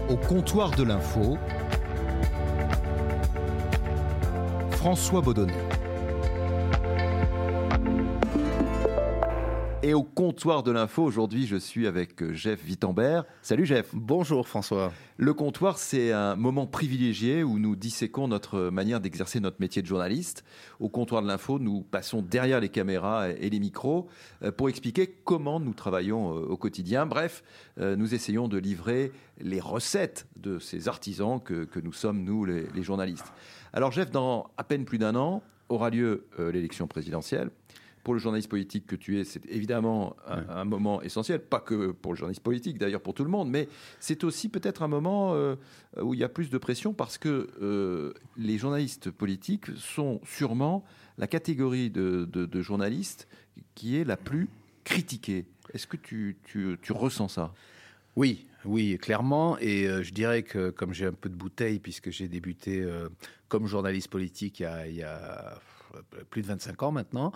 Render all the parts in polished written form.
Au comptoir de l'info, François Baudonnet. Et au comptoir de l'info, aujourd'hui, je suis avec Jeff Wittenberg. Salut Jeff. Bonjour François. Le comptoir, c'est un moment privilégié où nous disséquons notre manière d'exercer notre métier de journaliste. Au comptoir de l'info, nous passons derrière les caméras et les micros pour expliquer comment nous travaillons au quotidien. Bref, nous essayons de livrer les recettes de ces artisans que nous sommes, nous, les journalistes. Alors Jeff, dans à peine plus d'un an, aura lieu l'élection présidentielle. Pour le journaliste politique que tu es, c'est évidemment un moment essentiel, pas que pour le journaliste politique, d'ailleurs pour tout le monde, mais c'est aussi peut-être un moment où il y a plus de pression parce que les journalistes politiques sont sûrement la catégorie de journalistes qui est la plus critiquée. Est-ce que tu ressens ça ? Oui, clairement. Et je dirais que comme j'ai un peu de bouteille, puisque j'ai débuté comme journaliste politique il y a plus de 25 ans maintenant,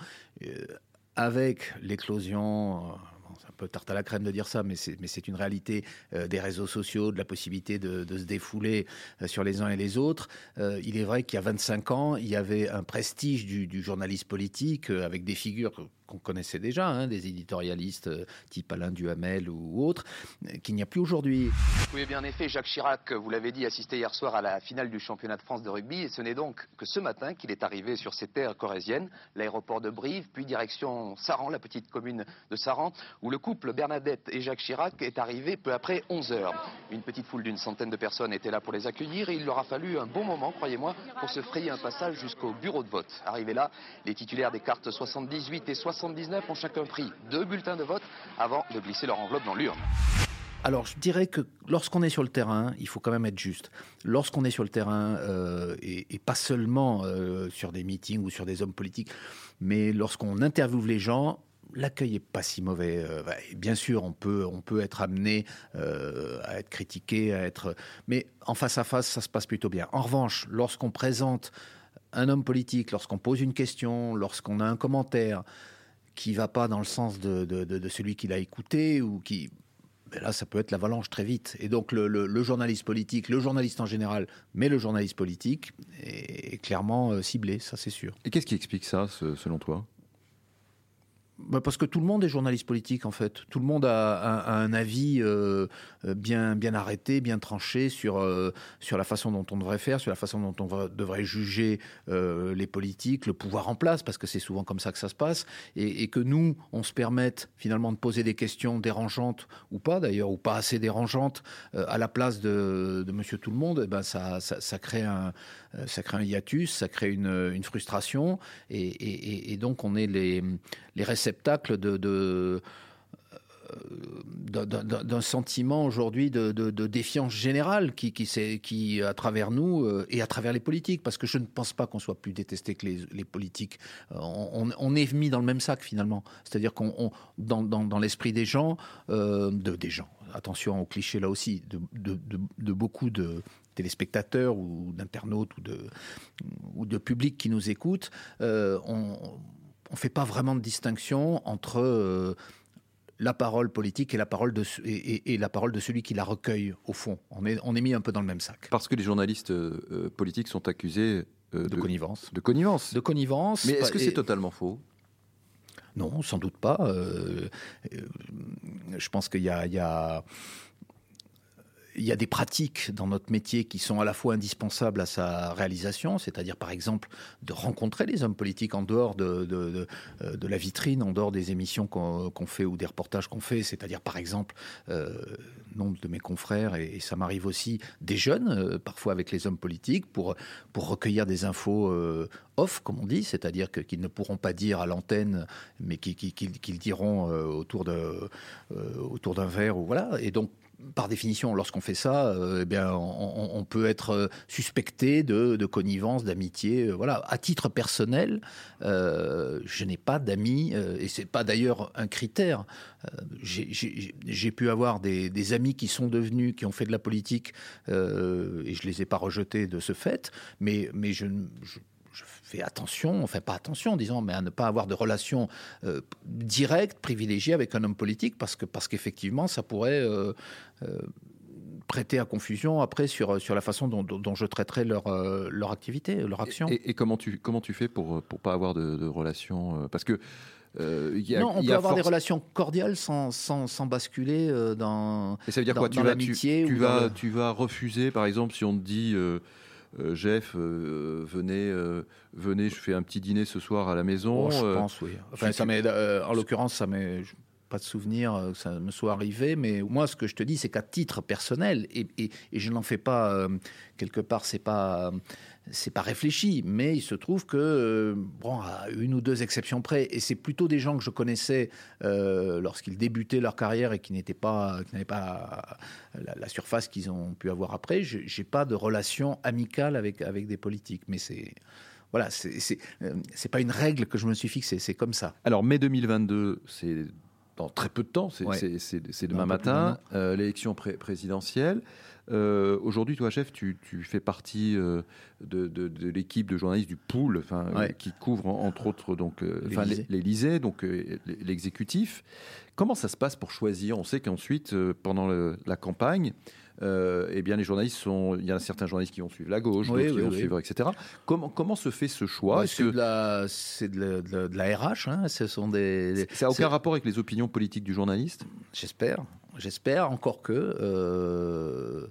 avec l'éclosion, c'est un peu tarte à la crème de dire ça, mais c'est une réalité des réseaux sociaux, de la possibilité de se défouler sur les uns et les autres. Il est vrai qu'il y a 25 ans, il y avait un prestige du journaliste politique avec des figures qu'on connaissait déjà, des éditorialistes type Alain Duhamel ou autres, qu'il n'y a plus aujourd'hui. Oui, bien en effet, Jacques Chirac, vous l'avez dit, assistait hier soir à la finale du championnat de France de rugby, et ce n'est donc que ce matin qu'il est arrivé sur ces terres corréziennes, l'aéroport de Brive, puis direction Saran, la petite commune de Saran, où le couple Bernadette et Jacques Chirac est arrivé peu après 11h. Une petite foule d'une centaine de personnes était là pour les accueillir, et il leur a fallu un bon moment, croyez-moi, pour se frayer un passage jusqu'au bureau de vote. Arrivés là, les titulaires des cartes 78 et 79 ont chacun pris 2 bulletins de vote avant de glisser leur enveloppe dans l'urne. Alors, je dirais que lorsqu'on est sur le terrain, il faut quand même être juste. Lorsqu'on est sur le terrain, et pas seulement sur des meetings ou sur des hommes politiques, mais lorsqu'on interviewe les gens, l'accueil est pas si mauvais. Bien sûr, on peut être amené à être critiqué, mais en face à face, ça se passe plutôt bien. En revanche, lorsqu'on présente un homme politique, lorsqu'on pose une question, lorsqu'on a un commentaire qui va pas dans le sens de celui qui l'a écouté ou qui... Ben là, ça peut être l'avalanche très vite. Et donc, le journaliste politique, le journaliste en général, mais le journaliste politique est clairement ciblé, ça c'est sûr. Et qu'est-ce qui explique ça, selon toi ? Parce que tout le monde est journaliste politique, en fait. Tout le monde a un avis bien arrêté, bien tranché sur la façon dont on devrait faire, sur la façon dont on devrait juger les politiques, le pouvoir en place, parce que c'est souvent comme ça que ça se passe, et que nous, on se permette finalement de poser des questions dérangeantes, ou pas d'ailleurs, ou pas assez dérangeantes, à la place de Monsieur Tout-le-Monde, ça crée un hiatus, ça crée une frustration, et donc on est les réceptacles d'un sentiment aujourd'hui de défiance générale qui à travers nous et à travers les politiques, parce que je ne pense pas qu'on soit plus détesté que les politiques. On est mis dans le même sac finalement, c'est-à-dire qu'on dans l'esprit des gens, des gens. Attention au cliché là aussi, de beaucoup de téléspectateurs ou d'internautes ou de public qui nous écoutent, on ne fait pas vraiment de distinction entre la parole politique et la parole de celui qui la recueille, au fond. On est mis un peu dans le même sac. Parce que les journalistes politiques sont accusés de connivence. De connivence. De connivence. Mais est-ce que c'est totalement faux ? Non, sans doute pas. Je pense qu'il y a des pratiques dans notre métier qui sont à la fois indispensables à sa réalisation, c'est-à-dire par exemple de rencontrer les hommes politiques en dehors de la vitrine, en dehors des émissions qu'on fait ou des reportages qu'on fait, c'est-à-dire par exemple nombre de mes confrères, et ça m'arrive aussi, des jeunes, parfois avec les hommes politiques, pour recueillir des infos off, comme on dit, c'est-à-dire qu'ils ne pourront pas dire à l'antenne, mais qu'ils diront autour d'un verre, ou voilà, et donc par définition, lorsqu'on fait ça, on peut être suspecté de connivence, d'amitié. Voilà. À titre personnel, je n'ai pas d'amis, et c'est pas d'ailleurs un critère. J'ai pu avoir des amis qui ont fait de la politique, et je les ai pas rejetés de ce fait, mais je fais attention, enfin pas attention, disons, mais à ne pas avoir de relation directe, privilégiée avec un homme politique, parce qu'effectivement, ça pourrait prêter à confusion après sur la façon dont je traiterai leur activité, leur action. Et comment tu fais pour pas avoir de relations parce que on peut avoir des relations cordiales sans basculer dans et ça veut dire quoi, l'amitié. Tu vas refuser, par exemple, si on te dit Jeff, venez, je fais un petit dîner ce soir à la maison. Je pense, oui. Enfin, en l'occurrence, ça m'est pas de souvenir que ça me soit arrivé, mais moi, ce que je te dis, c'est qu'à titre personnel, et je n'en fais pas, quelque part, c'est pas réfléchi, mais il se trouve que, à une ou deux exceptions près, et c'est plutôt des gens que je connaissais lorsqu'ils débutaient leur carrière et qui n'avaient pas la surface qu'ils ont pu avoir après. J'ai pas de relation amicale avec des politiques, mais c'est pas une règle que je me suis fixée, c'est comme ça. Alors, mai 2022, c'est dans très peu de temps, c'est demain matin, l'élection présidentielle. Aujourd'hui, toi, chef, tu fais partie de l'équipe de journalistes du pool, qui couvre entre autres l'Élysée, donc l'exécutif. Comment ça se passe pour choisir ? On sait qu'ensuite, pendant la campagne, les journalistes il y a certains journalistes qui vont suivre la gauche, d'autres qui vont suivre, etc. Comment se fait ce choix ? C'est de la RH. Hein, ce sont ça n'a aucun rapport avec les opinions politiques du journaliste ? J'espère, encore que.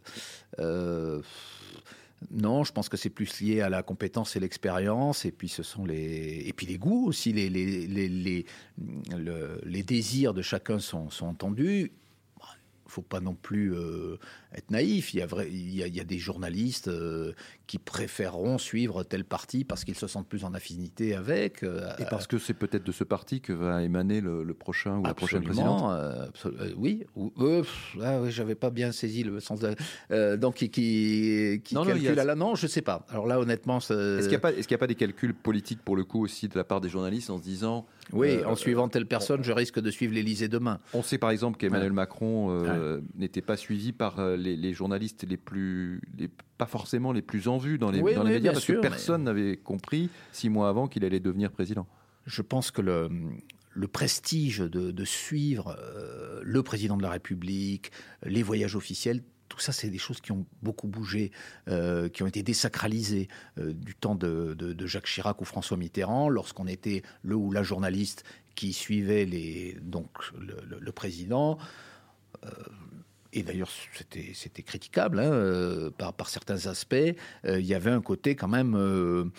Non, je pense que c'est plus lié à la compétence et l'expérience, et puis ce sont les goûts aussi, les désirs de chacun sont entendus. Il ne faut pas non plus être naïf. Il y a des journalistes qui préféreront suivre tel parti parce qu'ils se sentent plus en affinité avec. Et parce que c'est peut-être de ce parti que va émaner le prochain ou la prochaine présidente. Oui. J'avais pas bien saisi le sens de... donc, qui calcule à la... Non, je ne sais pas. Alors là, honnêtement... Est-ce qu'il n'y a pas des calculs politiques, pour le coup, aussi, de la part des journalistes en se disant... Oui, en suivant telle personne, je risque de suivre l'Élysée demain. On sait par exemple qu'Emmanuel Macron n'était pas suivi par les journalistes pas forcément les plus en vue dans les médias, parce que personne n'avait compris 6 mois avant qu'il allait devenir président. Je pense que le prestige de suivre le président de la République, les voyages officiels, tout ça, c'est des choses qui ont beaucoup bougé, qui ont été désacralisées du temps de Jacques Chirac ou François Mitterrand, lorsqu'on était le ou la journaliste qui suivait le président. Et d'ailleurs, c'était critiquable par certains aspects. Il y avait un côté quand même...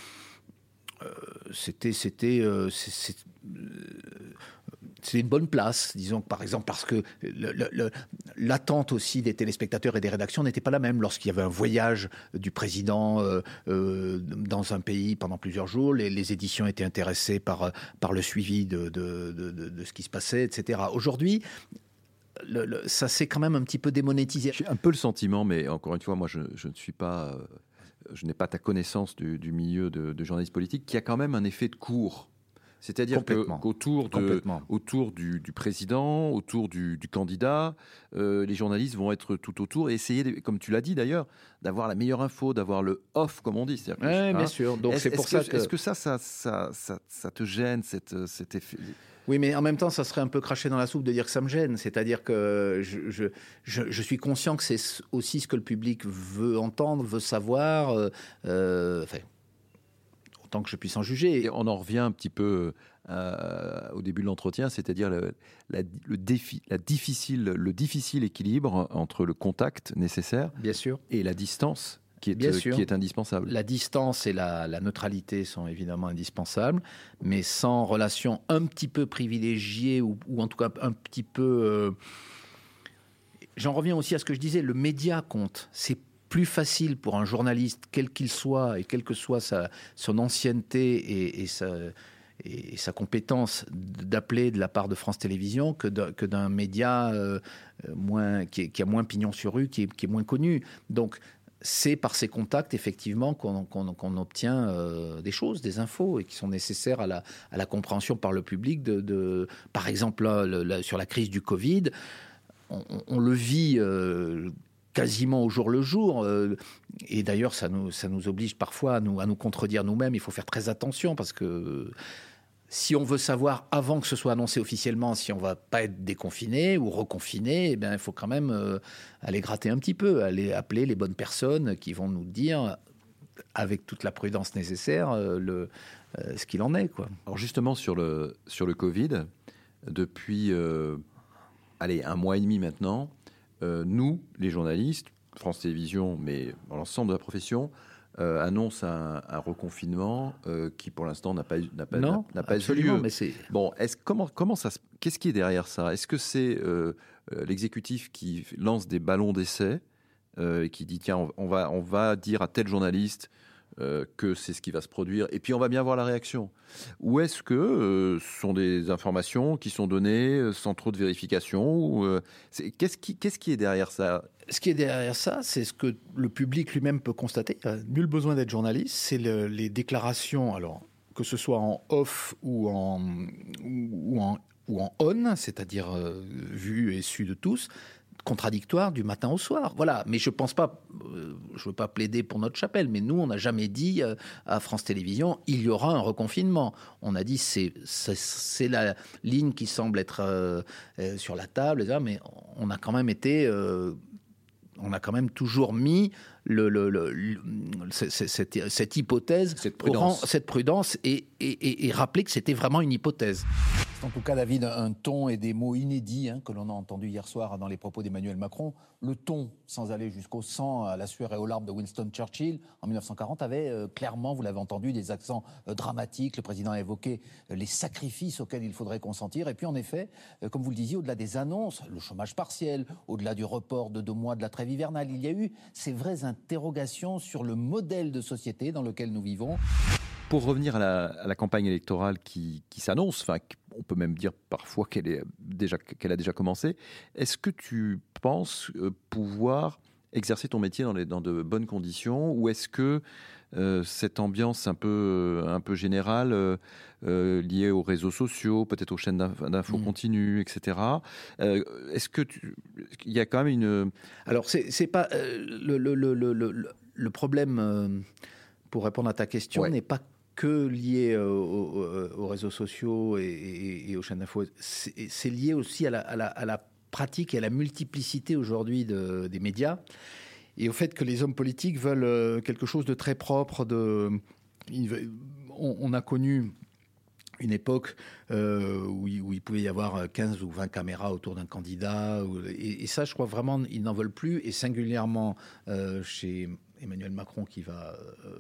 c'est une bonne place, disons, par exemple, parce que l'attente aussi des téléspectateurs et des rédactions n'était pas la même. Lorsqu'il y avait un voyage du président dans un pays pendant plusieurs jours, les éditions étaient intéressées par le suivi de ce qui se passait, etc. Aujourd'hui, ça s'est quand même un petit peu démonétisé. J'ai un peu le sentiment, mais encore une fois, moi, je ne suis pas... je n'ai pas ta connaissance du milieu de journalistes politiques, qu'il y a quand même un effet de cour. C'est-à-dire qu'autour du président, autour du candidat, les journalistes vont être tout autour et essayer, comme tu l'as dit d'ailleurs, d'avoir la meilleure info, d'avoir le off, comme on dit. Oui, bien sûr. Donc c'est pour ça que... Est-ce que ça te gêne, cet effet ? Oui, mais en même temps, ça serait un peu cracher dans la soupe de dire que ça me gêne. C'est-à-dire que je suis conscient que c'est aussi ce que le public veut entendre, veut savoir. Autant que je puisse en juger. Et on en revient un petit peu au début de l'entretien, c'est-à-dire le difficile équilibre entre le contact nécessaire, bien sûr, et la distance qui est indispensable. La distance et la neutralité sont évidemment indispensables, mais sans relation un petit peu privilégiée ou en tout cas un petit peu... J'en reviens aussi à ce que je disais, le média compte. C'est plus facile pour un journaliste, quel qu'il soit, et quelle que soit son ancienneté et sa compétence, d'appeler de la part de France Télévisions que d'un média qui a moins pignon sur rue, qui est moins connu. Donc, c'est par ces contacts, effectivement, qu'on obtient des choses, des infos, et qui sont nécessaires à la compréhension par le public par exemple, sur la crise du Covid, on le vit quasiment au jour le jour, et d'ailleurs ça nous oblige parfois à nous contredire nous-mêmes. Il faut faire très attention parce que si on veut savoir, avant que ce soit annoncé officiellement, si on va pas être déconfiné ou reconfiné, il faut quand même aller gratter un petit peu, aller appeler les bonnes personnes qui vont nous dire, avec toute la prudence nécessaire, ce qu'il en est, quoi. Alors justement, sur le Covid, depuis un mois et demi maintenant, nous, les journalistes, France Télévisions, mais l'ensemble de la profession, annonce un reconfinement qui, pour l'instant, n'a pas eu lieu. Mais c'est... Bon, qu'est-ce qui est derrière ça? Est-ce que c'est l'exécutif qui lance des ballons d'essai et qui dit tiens, on va dire à tel journaliste que c'est ce qui va se produire, et puis on va bien voir la réaction? Ou est-ce que ce sont des informations qui sont données sans trop de vérification? Qu'est-ce qui est derrière ça? Ce qui est derrière ça, c'est ce que le public lui-même peut constater. Il n'y a nul besoin d'être journaliste. C'est les déclarations, alors que ce soit en off ou en on, c'est-à-dire vu et su de tous, contradictoire du matin au soir. Voilà. Mais je pense pas, je veux pas plaider pour notre chapelle, mais nous, on n'a jamais dit à France Télévisions, il y aura un reconfinement. On a dit, c'est la ligne qui semble être sur la table, mais on a quand même été... on a quand même toujours mis cette hypothèse, cette prudence et rappeler que c'était vraiment une hypothèse. En tout cas, David, un ton et des mots inédits que l'on a entendus hier soir dans les propos d'Emmanuel Macron. Le ton, sans aller jusqu'au sang, à la sueur et aux larmes de Winston Churchill, en 1940, avait clairement, vous l'avez entendu, des accents dramatiques. Le président a évoqué les sacrifices auxquels il faudrait consentir. Et puis, en effet, comme vous le disiez, au-delà des annonces, le chômage partiel, au-delà du report de 2 mois de la trêve hivernale, il y a eu ces vraies interrogations sur le modèle de société dans lequel nous vivons. Pour revenir à la campagne électorale qui s'annonce, on peut même dire parfois qu'elle a déjà commencé, est-ce que tu penses pouvoir exercer ton métier dans de bonnes conditions, ou est-ce que cette ambiance un peu générale liée aux réseaux sociaux, peut-être aux chaînes d'infos continues, etc., est-ce que il y a quand même une... Alors c'est pas le problème, pour répondre à ta question, n'est pas que lié aux réseaux sociaux et aux chaînes d'infos. C'est lié aussi à la pratique et à la multiplicité aujourd'hui des médias, et au fait que les hommes politiques veulent quelque chose de très propre. On a connu une époque où il pouvait y avoir 15 ou 20 caméras autour d'un candidat, et ça, je crois vraiment, ils n'en veulent plus, et singulièrement chez Emmanuel Macron, qui va...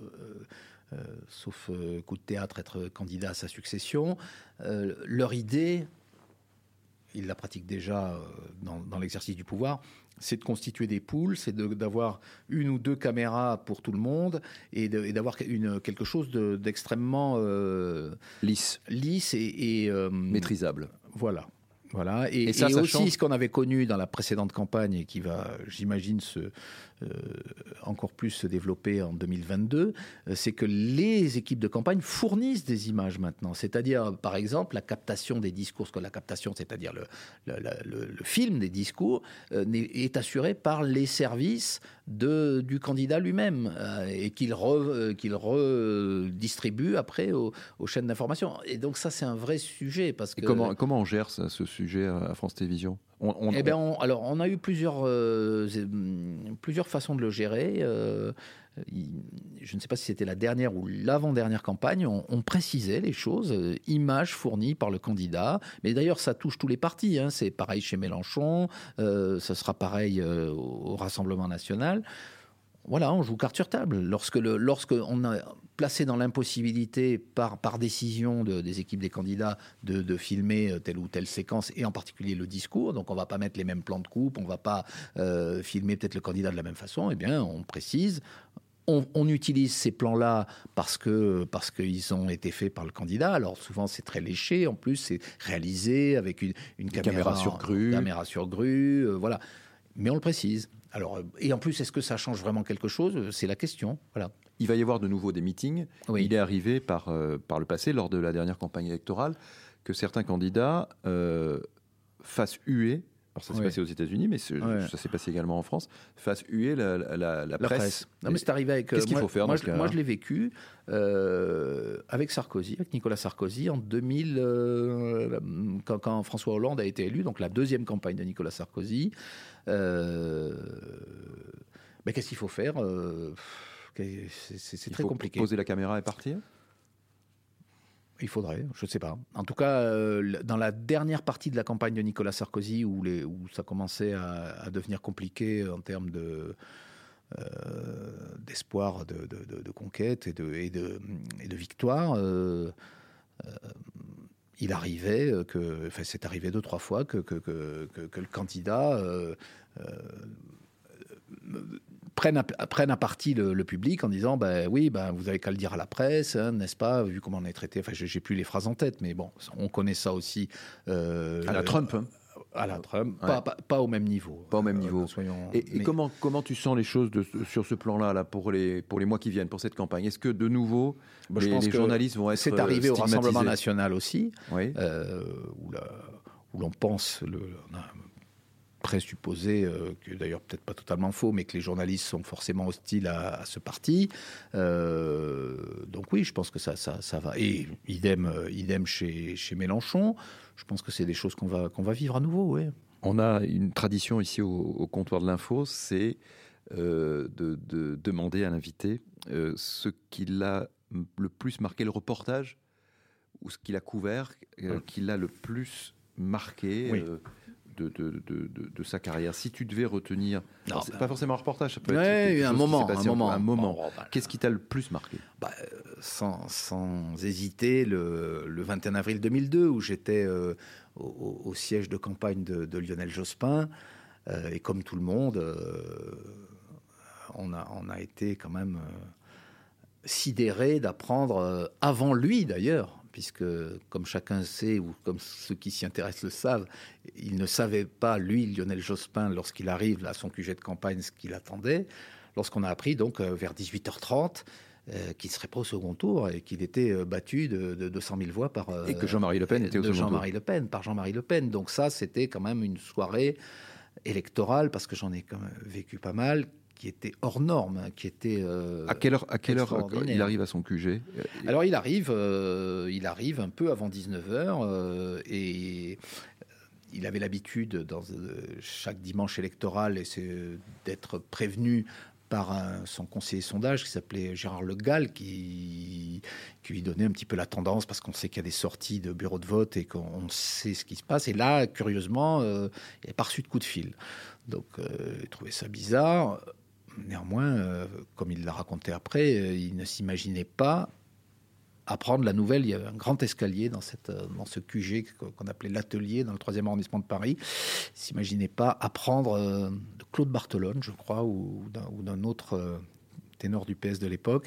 sauf coup de théâtre, être candidat à sa succession. Leur idée, ils la pratiquent déjà dans l'exercice du pouvoir, c'est de constituer des poules, c'est d'avoir 1 ou 2 caméras pour tout le monde, et d'avoir quelque chose d'extrêmement lisse et maîtrisable. Voilà. Et ça aussi, change. Ce qu'on avait connu dans la précédente campagne, et qui va, j'imagine, encore plus se développer en 2022, c'est que les équipes de campagne fournissent des images maintenant. C'est-à-dire, par exemple, la captation des discours, la captation, c'est-à-dire le film des discours, est assurée par les services du candidat lui-même, et qu'il redistribue après aux chaînes d'information. Et donc ça, c'est un vrai sujet. Parce que... Comment on gère ce sujet à France Télévisions? Alors, on a eu plusieurs façons de le gérer. Je ne sais pas si c'était la dernière ou l'avant-dernière campagne. On précisait les choses, images fournies par le candidat. Mais d'ailleurs, ça touche tous les partis. C'est pareil chez Mélenchon. Ça sera pareil au Rassemblement national. Voilà, on joue carte sur table. Lorsque on a placé dans l'impossibilité par décision des équipes des candidats de filmer telle ou telle séquence, et en particulier le discours, donc on ne va pas mettre les mêmes plans de coupe, on ne va pas filmer peut-être le candidat de la même façon, eh bien on précise. On utilise ces plans-là parce qu'ils ont été faits par le candidat. Alors souvent c'est très léché, en plus c'est réalisé avec une caméra sur grue, voilà. Mais on le précise. Alors, et en plus, est-ce que ça change vraiment quelque chose? C'est la question. Voilà. Il va y avoir de nouveau des meetings. Oui. Il est arrivé par le passé, lors de la dernière campagne électorale, que certains candidats fassent huer alors ça s'est passé aux États-Unis, mais ça s'est passé également en France, fasse huer la presse. Non, mais c'est arrivé avec. Qu'est-ce qu'il faut faire moi, je l'ai vécu avec Sarkozy, avec Nicolas Sarkozy, en 2000, quand François Hollande a été élu, donc la deuxième campagne de Nicolas Sarkozy. Qu'est-ce qu'il faut faire C'est très compliqué. Poser la caméra et partir. Il faudrait, je ne sais pas. En tout cas, dans la dernière partie de la campagne de Nicolas Sarkozy, où ça commençait à devenir compliqué en termes d'espoir de conquête et de victoire, il arrivait c'est arrivé 2-3 fois que le candidat prennent à partie le public en disant vous avez qu'à le dire à la presse, hein, n'est-ce pas, vu comment on est traité. Enfin, j'ai plus les phrases en tête, mais bon, on connaît ça aussi. À la Trump. Hein. À la Trump, pas au même niveau. Pas au même niveau. Et comment tu sens les choses sur ce plan-là, pour les mois qui viennent, pour cette campagne? Est-ce que de nouveau, les journalistes vont être c'est arrivé au Rassemblement national aussi, oui. où l'on pense on a présupposé, que d'ailleurs peut-être pas totalement faux, mais que les journalistes sont forcément hostiles à ce parti. Donc oui, je pense que ça va. Et idem chez Mélenchon. Je pense que c'est des choses qu'on va vivre à nouveau. Oui. On a une tradition ici au comptoir de l'info, c'est de demander à l'invité ce qui l'a le plus marqué, le reportage, ou ce qu'il a couvert, qui l'a le plus marqué. Oui. De sa carrière. Si tu devais retenir, c'est pas forcément un reportage, ça peut être un moment. Qu'est-ce qui t'a le plus marqué? Sans hésiter, le 21 avril 2002, où j'étais au siège de campagne de Lionel Jospin, et comme tout le monde, on a été quand même sidéré d'apprendre, avant lui d'ailleurs, puisque, comme chacun sait, ou comme ceux qui s'y intéressent le savent, il ne savait pas, lui, Lionel Jospin, lorsqu'il arrive à son QG de campagne, ce qu'il attendait, lorsqu'on a appris, donc, vers 18h30, qu'il ne serait pas au second tour et qu'il était battu de 200 000 voix par... et que Jean-Marie Le Pen était au second tour. Par Jean-Marie Le Pen. Donc ça, c'était quand même une soirée électorale, parce que j'en ai quand même vécu pas mal, qui était hors norme, qui était à quelle heure il arrive à son QG? Alors il arrive un peu avant 19h, et il avait l'habitude, chaque dimanche électoral, d'être prévenu par son conseiller sondage qui s'appelait Gérard Le Gall, qui lui donnait un petit peu la tendance, parce qu'on sait qu'il y a des sorties de bureaux de vote et qu'on sait ce qui se passe. Et là, curieusement, il n'a pas reçu de coup de fil. Donc il trouvait ça bizarre. Néanmoins, comme il l'a raconté après, il ne s'imaginait pas apprendre la nouvelle. Il y avait un grand escalier dans ce QG qu'on appelait l'Atelier, dans le 3e arrondissement de Paris. Il ne s'imaginait pas apprendre de Claude Barthelone, je crois, ou d'un autre ténor du PS de l'époque,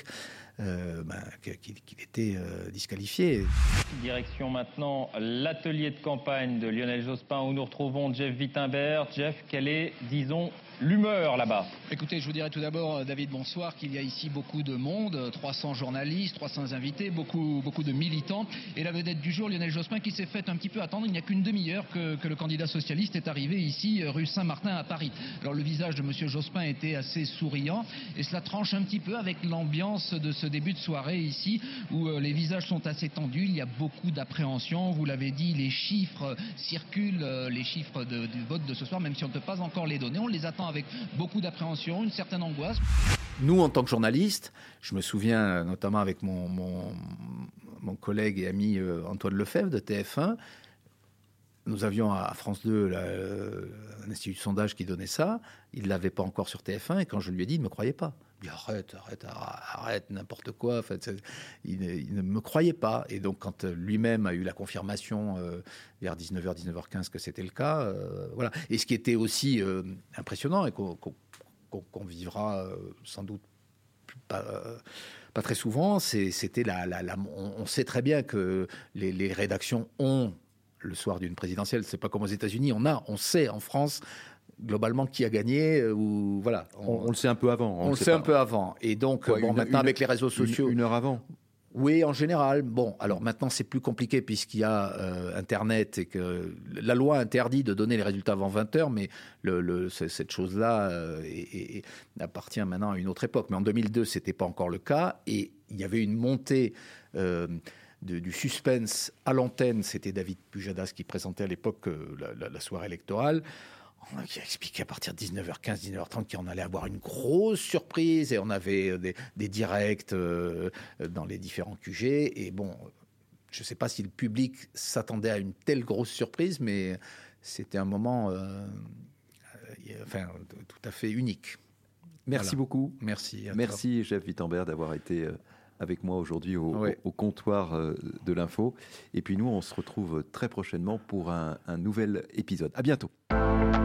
qu'il était disqualifié. Direction maintenant l'atelier de campagne de Lionel Jospin, où nous retrouvons Jeff Wittenberg. Jeff, quelle est, disons, l'humeur là-bas? Écoutez, je vous dirais tout d'abord, David, bonsoir, qu'il y a ici beaucoup de monde, 300 journalistes, 300 invités, beaucoup de militants, et la vedette du jour, Lionel Jospin, qui s'est fait un petit peu attendre. Il n'y a qu'une demi-heure que le candidat socialiste est arrivé ici, rue Saint-Martin à Paris. Alors le visage de monsieur Jospin était assez souriant, et cela tranche un petit peu avec l'ambiance de ce début de soirée ici, où les visages sont assez tendus. Il y a beaucoup d'appréhension, vous l'avez dit, les chiffres circulent, les chiffres du vote de ce soir, même si on ne peut pas encore les donner, on les attend avec beaucoup d'appréhension, une certaine angoisse. Nous, en tant que journalistes, je me souviens notamment avec mon collègue et ami Antoine Lefebvre de TF1, nous avions à France 2 un institut de sondage qui donnait ça. Il ne l'avait pas encore sur TF1, et quand je lui ai dit, il ne me croyait pas. Il dit arrête, n'importe quoi. En fait, il ne me croyait pas. Et donc, quand lui-même a eu la confirmation vers 19h, 19h15 que c'était le cas, voilà. Et ce qui était aussi impressionnant, et qu'on vivra sans doute pas très souvent, c'était on sait très bien que les rédactions ont, le soir d'une présidentielle, c'est pas comme aux États-Unis, on sait en France globalement qui a gagné, ou voilà. On le sait un peu avant. On le sait un peu avant. Et donc, maintenant avec les réseaux sociaux, une heure avant. Oui, en général. Bon, alors maintenant, c'est plus compliqué puisqu'il y a Internet et que la loi interdit de donner les résultats avant 20 heures, mais cette chose-là appartient maintenant à une autre époque. Mais en 2002, ce n'était pas encore le cas et il y avait une montée du suspense à l'antenne. C'était David Pujadas qui présentait à l'époque la soirée électorale. Qui a expliqué à partir de 19h15, 19h30 qu'on allait avoir une grosse surprise et on avait des directs dans les différents QG. Et bon, je ne sais pas si le public s'attendait à une telle grosse surprise, mais c'était un moment tout à fait unique. Merci beaucoup. Merci. Merci, Jeff Wittenberg, d'avoir été avec moi aujourd'hui au comptoir de l'info. Et puis nous, on se retrouve très prochainement pour un nouvel épisode. À bientôt.